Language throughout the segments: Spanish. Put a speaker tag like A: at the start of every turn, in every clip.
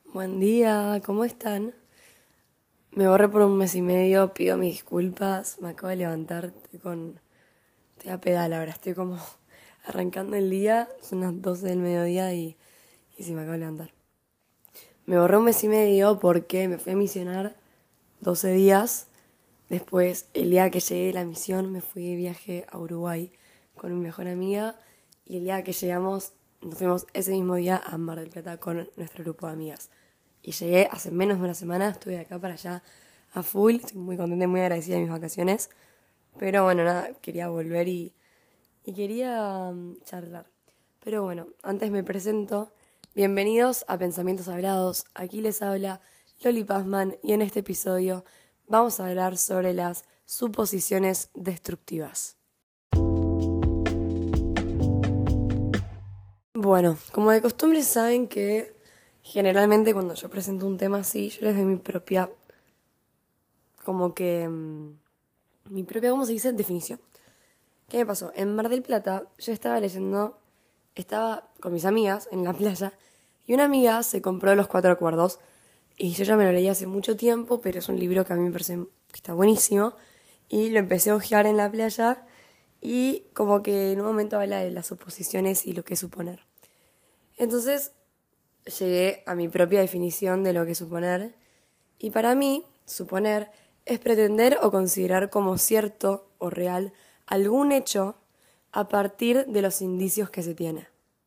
A: Buen día, ¿cómo están? Me borré por un mes y medio, pido mis disculpas, me acabo de levantar, estoy a pedal ahora, estoy como arrancando el día, son las 12 del mediodía y sí, me acabo de levantar. Me borré un mes y medio porque me fui a misionar 12 días, después el día que llegué de la misión me fui de viaje a Uruguay con mi mejor amiga y el día que llegamos nos fuimos ese mismo día a Mar del Plata con nuestro grupo de amigas. Y llegué hace menos de una semana, estuve de acá para allá a full, estoy muy contenta y muy agradecida de mis vacaciones. Pero bueno, nada, quería volver y quería charlar. Pero bueno, antes me presento. Bienvenidos a Pensamientos Hablados. Aquí les habla Loli Pazman y en este episodio vamos a hablar sobre las suposiciones destructivas. Bueno, como de costumbre saben que generalmente cuando yo presento un tema así, yo les doy mi propia, como que, mi propia, ¿cómo se dice? Definición. ¿Qué me pasó? En Mar del Plata yo estaba con mis amigas en la playa y una amiga se compró Los Cuatro Acuerdos y yo ya me lo leí hace mucho tiempo, pero es un libro que a mí me parece que está buenísimo y lo empecé a hojear en la playa y como que en un momento habla de las suposiciones y lo que es suponer. Entonces llegué a mi propia definición de lo que es suponer y para mí suponer es pretender o considerar como cierto o real algún hecho a partir de los indicios que se tiene.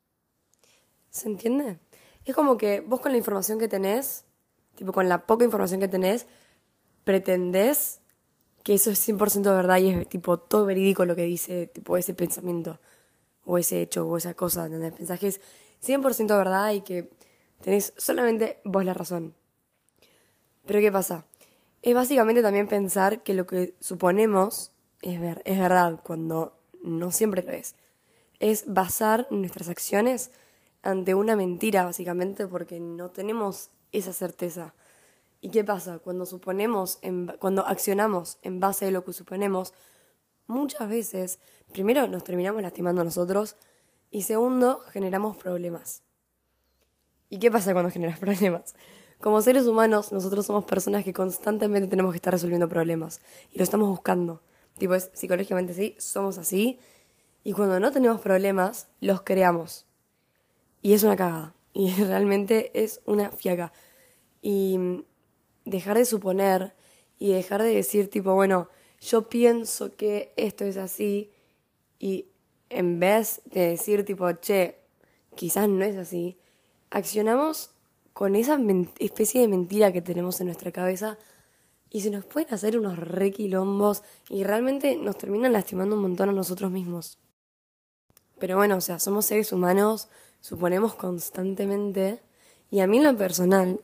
A: ¿Se entiende? Es como que vos con la información que tenés, tipo con la poca información que tenés, pretendés que eso es 100% verdad y es tipo todo verídico lo que dice tipo ese pensamiento o ese hecho o esa cosa, ¿entendés? Pensás que es 100% verdad y que tenés solamente vos la razón. Pero ¿qué pasa? Es básicamente también pensar que lo que suponemos es verdad cuando no siempre lo es. Es basar nuestras acciones ante una mentira, básicamente, porque no tenemos esa certeza. ¿Y qué pasa? Cuando accionamos en base a lo que suponemos, muchas veces, primero, nos terminamos lastimando a nosotros y segundo, generamos problemas. ¿Y qué pasa cuando generas problemas? Como seres humanos, nosotros somos personas que constantemente tenemos que estar resolviendo problemas y lo estamos buscando. Tipo, es psicológicamente sí, somos así y cuando no tenemos problemas, los creamos. Y es una cagada. Y realmente es una fiaca. Y dejar de suponer y dejar de decir tipo, bueno, yo pienso que esto es así y en vez de decir tipo, che, quizás no es así, accionamos con esa especie de mentira que tenemos en nuestra cabeza y se nos pueden hacer unos requilombos y realmente nos terminan lastimando un montón a nosotros mismos. Pero bueno, o sea, somos seres humanos, suponemos constantemente y a mí en lo personal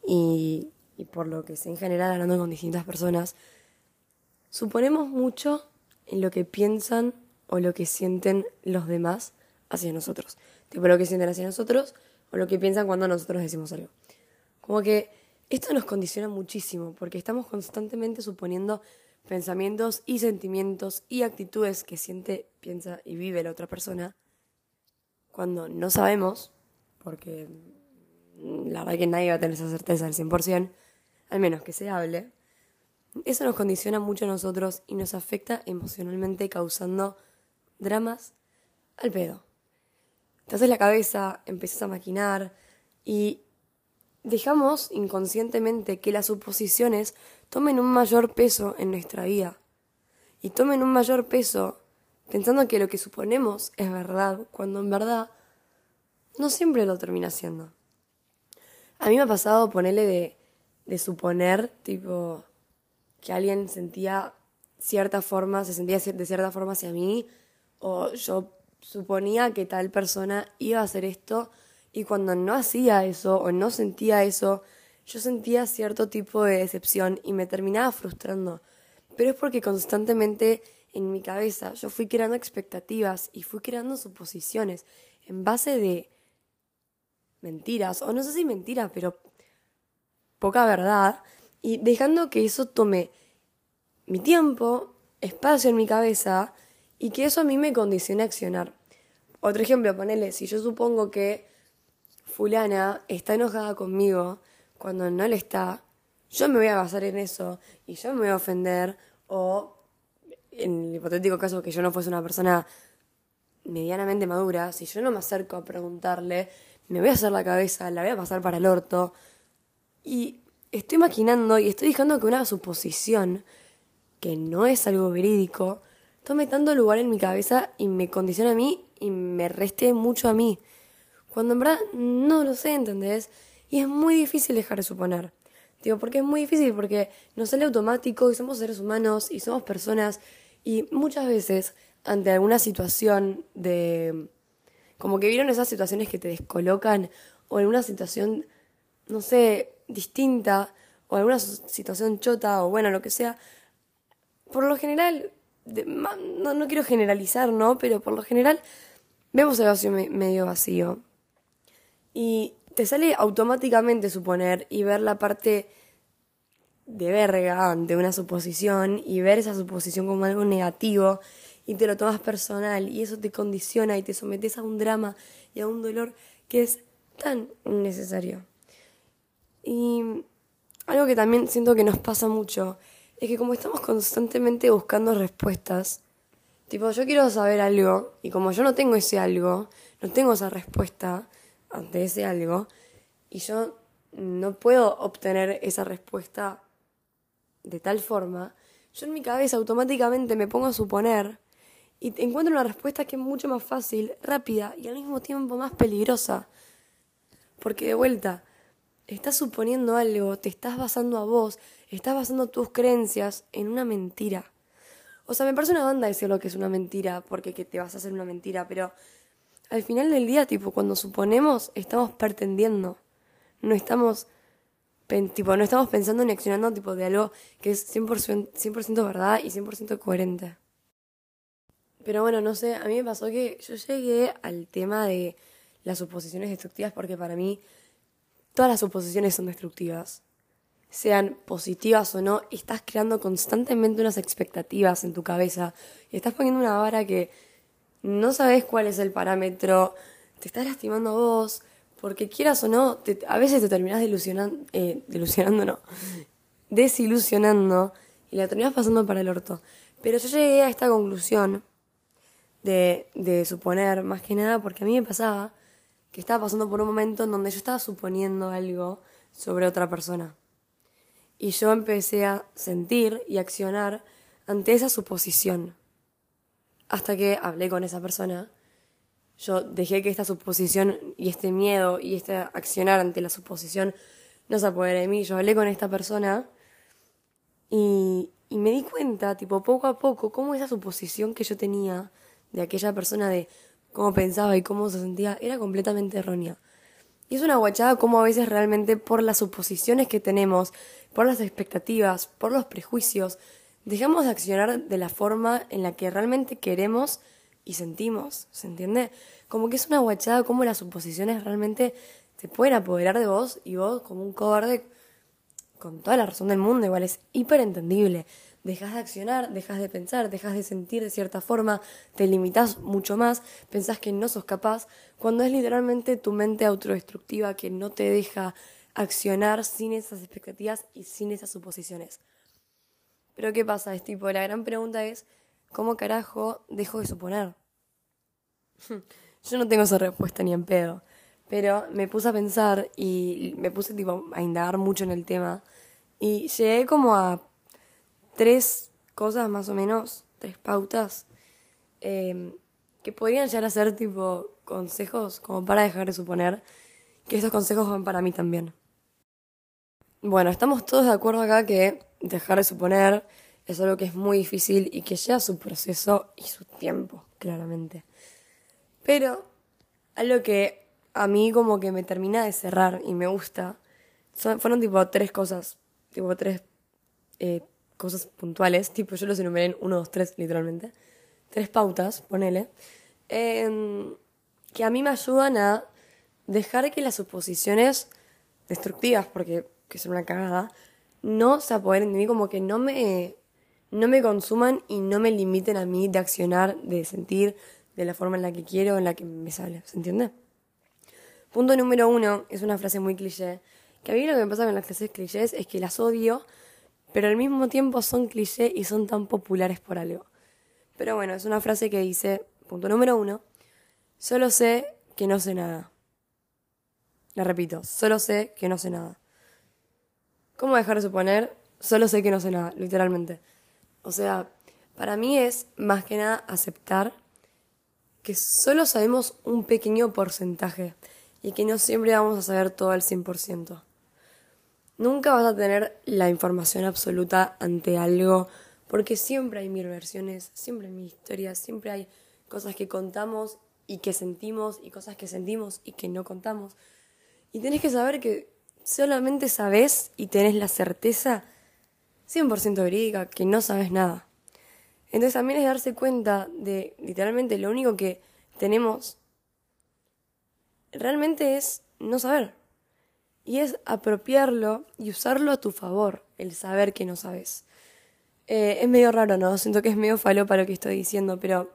A: y por lo que sé en general hablando con distintas personas, suponemos mucho en lo que piensan o lo que sienten los demás hacia nosotros. Tipo lo que sienten hacia nosotros o lo que piensan cuando nosotros decimos algo. Como que esto nos condiciona muchísimo porque estamos constantemente suponiendo pensamientos y sentimientos y actitudes que siente, piensa y vive la otra persona cuando no sabemos, porque la verdad que nadie va a tener esa certeza al 100%, al menos que se hable. Eso nos condiciona mucho a nosotros y nos afecta emocionalmente causando dramas al pedo. Te haces la cabeza, empiezas a maquinar y dejamos inconscientemente que las suposiciones tomen un mayor peso en nuestra vida. Y tomen un mayor peso pensando que lo que suponemos es verdad, cuando en verdad no siempre lo termina siendo. A mí me ha pasado ponerle de suponer, tipo, que alguien sentía cierta forma, se sentía de cierta forma hacia mí, o yo suponía que tal persona iba a hacer esto, y cuando no hacía eso o no sentía eso, yo sentía cierto tipo de decepción y me terminaba frustrando. Pero es porque constantemente en mi cabeza yo fui creando expectativas y fui creando suposiciones en base de mentiras, o no sé si mentiras, pero poca verdad, y dejando que eso tome mi tiempo, espacio en mi cabeza y que eso a mí me condicione a accionar. Otro ejemplo, ponele, si yo supongo que fulana está enojada conmigo cuando no le está, yo me voy a basar en eso y yo me voy a ofender, o en el hipotético caso que yo no fuese una persona medianamente madura, si yo no me acerco a preguntarle, me voy a hacer la cabeza, la voy a pasar para el orto, y estoy maquinando y estoy dejando que una suposición, que no es algo verídico, tome tanto lugar en mi cabeza y me condiciona a mí y me reste mucho a mí. Cuando en verdad no lo sé, ¿entendés? Y es muy difícil dejar de suponer. Digo, porque es muy difícil, porque nos sale automático y somos seres humanos y somos personas y muchas veces ante alguna situación de... como que vieron esas situaciones que te descolocan o alguna situación, no sé, distinta o alguna situación chota o bueno, lo que sea, por lo general, no quiero generalizar, ¿no? Pero por lo general vemos el vacío medio vacío. Y te sale automáticamente suponer y ver la parte de verga ante una suposición y ver esa suposición como algo negativo y te lo tomas personal y eso te condiciona y te sometes a un drama y a un dolor que es tan innecesario. Y algo que también siento que nos pasa mucho es que como estamos constantemente buscando respuestas, tipo yo quiero saber algo y como yo no tengo ese algo, no tengo esa respuesta ante ese algo y yo no puedo obtener esa respuesta de tal forma, yo en mi cabeza automáticamente me pongo a suponer y encuentro una respuesta que es mucho más fácil, rápida y al mismo tiempo más peligrosa. Porque de vuelta, estás suponiendo algo, te estás basando a vos, estás basando tus creencias en una mentira. O sea, me parece una banda decir lo que es una mentira, porque que te vas a hacer una mentira, pero al final del día, tipo, cuando suponemos, estamos pretendiendo. No estamos, no estamos pensando ni accionando, tipo, de algo que es 100% verdad y 100% coherente. Pero bueno, no sé, a mí me pasó que yo llegué al tema de las suposiciones destructivas porque para mí todas las suposiciones son destructivas. Sean positivas o no, estás creando constantemente unas expectativas en tu cabeza y estás poniendo una vara que no sabes cuál es el parámetro, te estás lastimando a vos, porque quieras o no, a veces te terminás desilusionando y la terminás pasando para el orto. Pero yo llegué a esta conclusión de suponer, más que nada, porque a mí me pasaba que estaba pasando por un momento en donde yo estaba suponiendo algo sobre otra persona. Y yo empecé a sentir y accionar ante esa suposición. Hasta que hablé con esa persona, yo dejé que esta suposición y este miedo y este accionar ante la suposición no se apodere de mí. Yo hablé con esta persona y me di cuenta, tipo, poco a poco, cómo esa suposición que yo tenía de aquella persona, de cómo pensaba y cómo se sentía, era completamente errónea. Y es una guachada cómo a veces realmente por las suposiciones que tenemos, por las expectativas, por los prejuicios, dejamos de accionar de la forma en la que realmente queremos y sentimos, ¿se entiende? Como que es una guachada cómo las suposiciones realmente te pueden apoderar de vos y vos como un cobarde, con toda la razón del mundo, igual es hiper entendible. Dejas de accionar, dejas de pensar, dejas de sentir de cierta forma, te limitas mucho más, pensás que no sos capaz, cuando es literalmente tu mente autodestructiva que no te deja accionar sin esas expectativas y sin esas suposiciones. Pero ¿qué pasa? Es tipo, la gran pregunta es, ¿cómo carajo dejo de suponer? Yo no tengo esa respuesta ni en pedo, pero me puse a pensar y me puse tipo a indagar mucho en el tema y llegué como a 3 cosas más o menos, 3 pautas que podrían llegar a ser tipo consejos como para dejar de suponer, que estos consejos van para mí también. Bueno, estamos todos de acuerdo acá que dejar de suponer es algo que es muy difícil y que lleva su proceso y su tiempo, claramente. Pero algo que a mí como que me termina de cerrar y me gusta, fueron tipo 3 cosas, tipo 3 cosas puntuales, tipo yo los enumeré en 1, 2, 3 literalmente, 3 pautas, ponele, que a mí me ayudan a dejar que las suposiciones destructivas, porque que son una cagada, no se apoderen de mí, como que no me consuman y no me limiten a mí de accionar, de sentir de la forma en la que quiero, en la que me sale, ¿se entiende? Punto número 1, es una frase muy cliché, Que a mí lo que me pasa con las clases clichés es que las odio, pero al mismo tiempo son cliché y son tan populares por algo. Pero bueno, es una frase que dice, punto número 1, solo sé que no sé nada. La repito, solo sé que no sé nada. ¿Cómo dejar de suponer? Solo sé que no sé nada, literalmente. O sea, para mí es más que nada aceptar que solo sabemos un pequeño porcentaje y que no siempre vamos a saber todo al 100%. Nunca vas a tener la información absoluta ante algo, porque siempre hay mil versiones, siempre hay mil historias, siempre hay cosas que contamos y que sentimos y cosas que sentimos y que no contamos. Y tenés que saber que solamente sabés y tenés la certeza 100% verídica que no sabes nada. Entonces también es darse cuenta de literalmente lo único que tenemos realmente es no saber. Y es apropiarlo y usarlo a tu favor, el saber que no sabes. Es medio raro, ¿no? Siento que es medio falopa lo que estoy diciendo, pero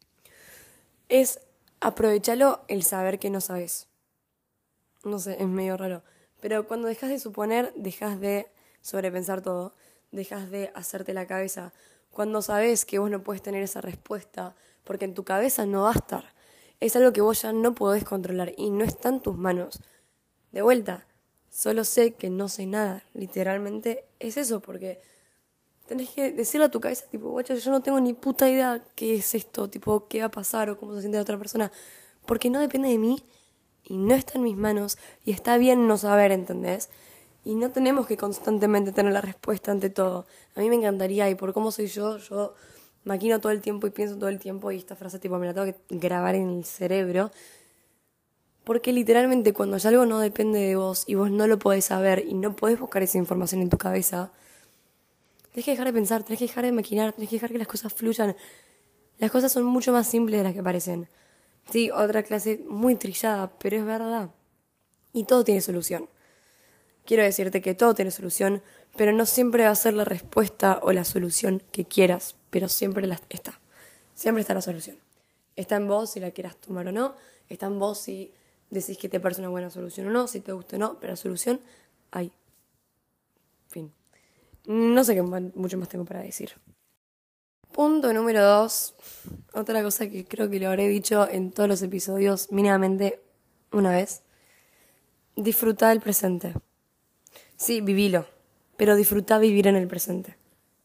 A: es aprovecharlo el saber que no sabes. No sé, es medio raro. Pero cuando dejas de suponer, dejas de sobrepensar todo, dejas de hacerte la cabeza. Cuando sabes que vos no puedes tener esa respuesta, porque en tu cabeza no va a estar. Es algo que vos ya no podés controlar y no está en tus manos. De vuelta, solo sé que no sé nada. Literalmente es eso, porque tenés que decirle a tu cabeza, tipo, guacha, yo no tengo ni puta idea qué es esto, tipo, qué va a pasar o cómo se siente la otra persona. Porque no depende de mí y no está en mis manos y está bien no saber, ¿entendés? Y no tenemos que constantemente tener la respuesta ante todo. A mí me encantaría, y por cómo soy yo maquino todo el tiempo y pienso todo el tiempo, y esta frase tipo me la tengo que grabar en el cerebro. Porque literalmente cuando ya algo no depende de vos y vos no lo podés saber y no podés buscar esa información en tu cabeza, tenés que dejar de pensar, tenés que dejar de maquinar, tenés que dejar que las cosas fluyan. Las cosas son mucho más simples de las que parecen. Sí, otra clase muy trillada, pero es verdad. Y todo tiene solución. Quiero decirte que todo tiene solución, pero no siempre va a ser la respuesta o la solución que quieras, pero siempre está. Siempre está la solución. Está en vos si la quieras tomar o no, está en vos si decís que te parece una buena solución o no, si te gusta o no, pero la solución hay. Fin. No sé qué mucho más tengo para decir. Punto número 2. Otra cosa que creo que lo habré dicho en todos los episodios mínimamente una vez. Disfruta del presente. Sí, vivilo, pero disfruta vivir en el presente.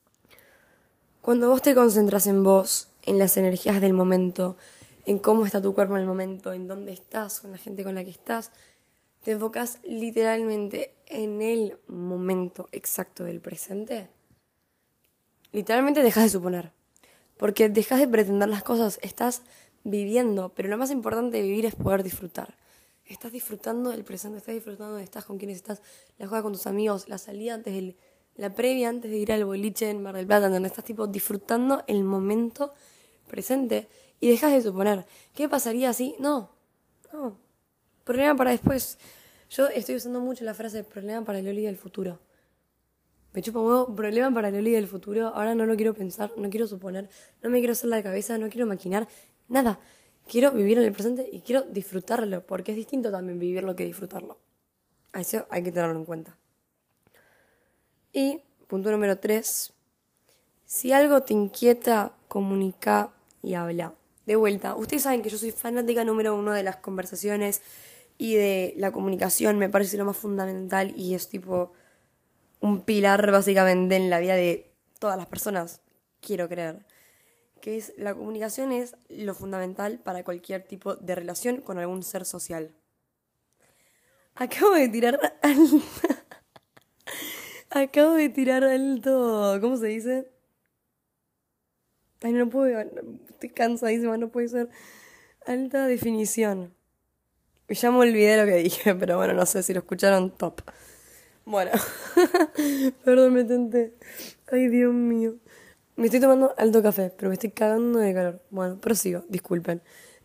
A: Cuando vos te concentras en vos, en las energías del momento, en cómo está tu cuerpo en el momento, en dónde estás, con la gente con la que estás, te enfocas literalmente en el momento exacto del presente. Literalmente dejas de suponer, porque dejas de pretender las cosas, estás viviendo, pero lo más importante de vivir es poder disfrutar. Estás disfrutando del presente, estás disfrutando de estás con quienes estás, la juega con tus amigos, la salida la previa antes de ir al boliche en Mar del Plata, donde estás tipo disfrutando el momento presente y dejas de suponer. ¿Qué pasaría si? No. Problema para después. Yo estoy usando mucho la frase problema para el Oli del futuro. Me chupa un huevo, problema para el Oli del futuro. Ahora no lo quiero pensar, no quiero suponer, no me quiero hacer la cabeza, no quiero maquinar, nada. Quiero vivir en el presente y quiero disfrutarlo, porque es distinto también vivirlo que disfrutarlo. A eso hay que tenerlo en cuenta. Y punto número 3. Si algo te inquieta, comunica y habla. De vuelta, ustedes saben que yo soy fanática número 1 de las conversaciones y de la comunicación. Me parece lo más fundamental y es tipo un pilar básicamente en la vida de todas las personas, quiero creer. Que es la comunicación es lo fundamental para cualquier tipo de relación con algún ser social. Acabo de tirar Acabo de tirar alto. ¿Cómo se dice? Ay, no puedo. Estoy cansadísima, no puede ser. Alta definición. Ya me olvidé lo que dije, pero bueno, no sé si lo escucharon, top. Bueno. Perdón, me tenté. Ay, Dios mío. Me estoy tomando alto café, pero me estoy cagando de calor. Bueno, prosigo, disculpen.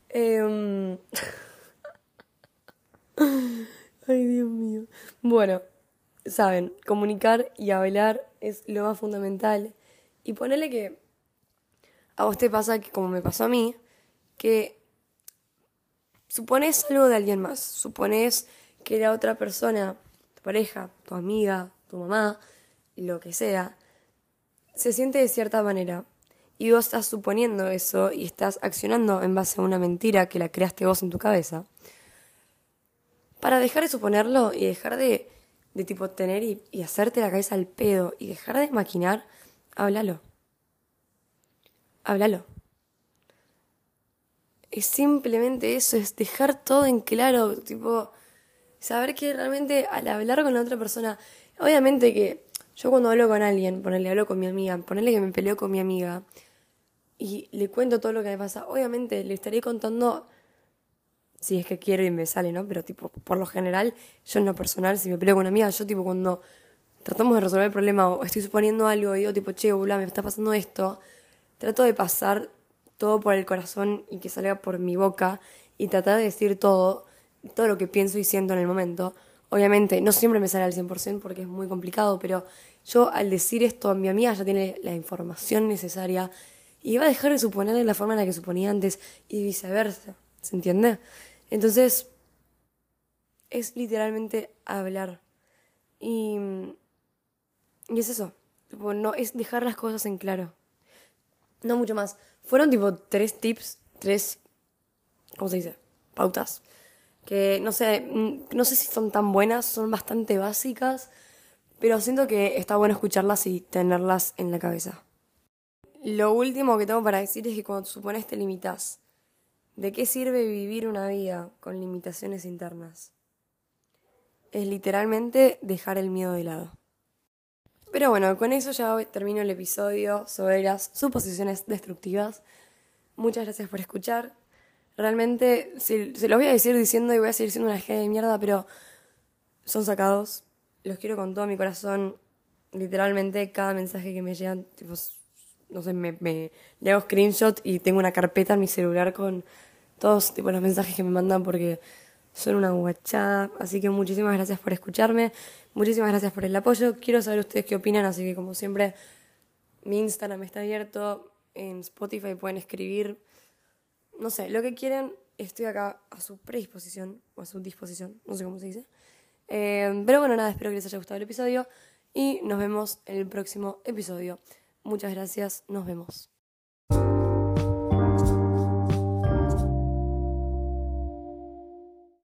A: Ay, Dios mío. Bueno, saben, comunicar y hablar es lo más fundamental. Y ponerle que a vos te pasa que, como me pasó a mí, que supones algo de alguien más. Supones que la otra persona, tu pareja, tu amiga, tu mamá, lo que sea, se siente de cierta manera. Y vos estás suponiendo eso y estás accionando en base a una mentira que la creaste vos en tu cabeza. Para dejar de suponerlo y dejar de tipo tener y hacerte la cabeza al pedo y dejar de maquinar, háblalo. Háblalo. Es simplemente eso, es dejar todo en claro, tipo, saber que realmente al hablar con la otra persona, obviamente que yo cuando hablo con alguien, ponerle hablo con mi amiga, ponerle que me peleo con mi amiga y le cuento todo lo que me pasa, obviamente le estaré contando si es que quiero y me sale, ¿no? Pero tipo, por lo general, yo en lo personal, si me peleo con una amiga, yo tipo cuando tratamos de resolver el problema o estoy suponiendo algo y digo tipo, che, boludo, me está pasando esto, trato de pasar todo por el corazón y que salga por mi boca y tratar de decir todo lo que pienso y siento en el momento. Obviamente, no siempre me sale al 100% porque es muy complicado, pero yo al decir esto, mi amiga ya tiene la información necesaria y va a dejar de suponer de la forma en la que suponía antes y viceversa, ¿se entiende? Entonces, es literalmente hablar. Y, y es eso, tipo, no, es dejar las cosas en claro. No mucho más. Fueron tipo 3 tips, ¿cómo se dice? Pautas. Que no sé, no sé si son tan buenas, son bastante básicas, pero siento que está bueno escucharlas y tenerlas en la cabeza. Lo último que tengo para decir es que cuando supones te limitas, ¿de qué sirve vivir una vida con limitaciones internas? Es literalmente dejar el miedo de lado. Pero bueno, con eso ya termino el episodio sobre las suposiciones destructivas. Muchas gracias por escuchar. Realmente, se los voy a decir diciendo y voy a seguir siendo una jefa de mierda, pero son sacados. Los quiero con todo mi corazón. Literalmente, cada mensaje que me llegan, tipo, no sé, le hago screenshot y tengo una carpeta en mi celular con todos tipo, los mensajes que me mandan porque son una guachada. Así que muchísimas gracias por escucharme. Muchísimas gracias por el apoyo. Quiero saber ustedes qué opinan, así que como siempre, mi Instagram está abierto. En Spotify pueden escribir. No sé, lo que quieran, estoy acá a su predisposición, o a su disposición, no sé cómo se dice. Pero bueno, nada, espero que les haya gustado el episodio y nos vemos en el próximo episodio. Muchas gracias, nos vemos.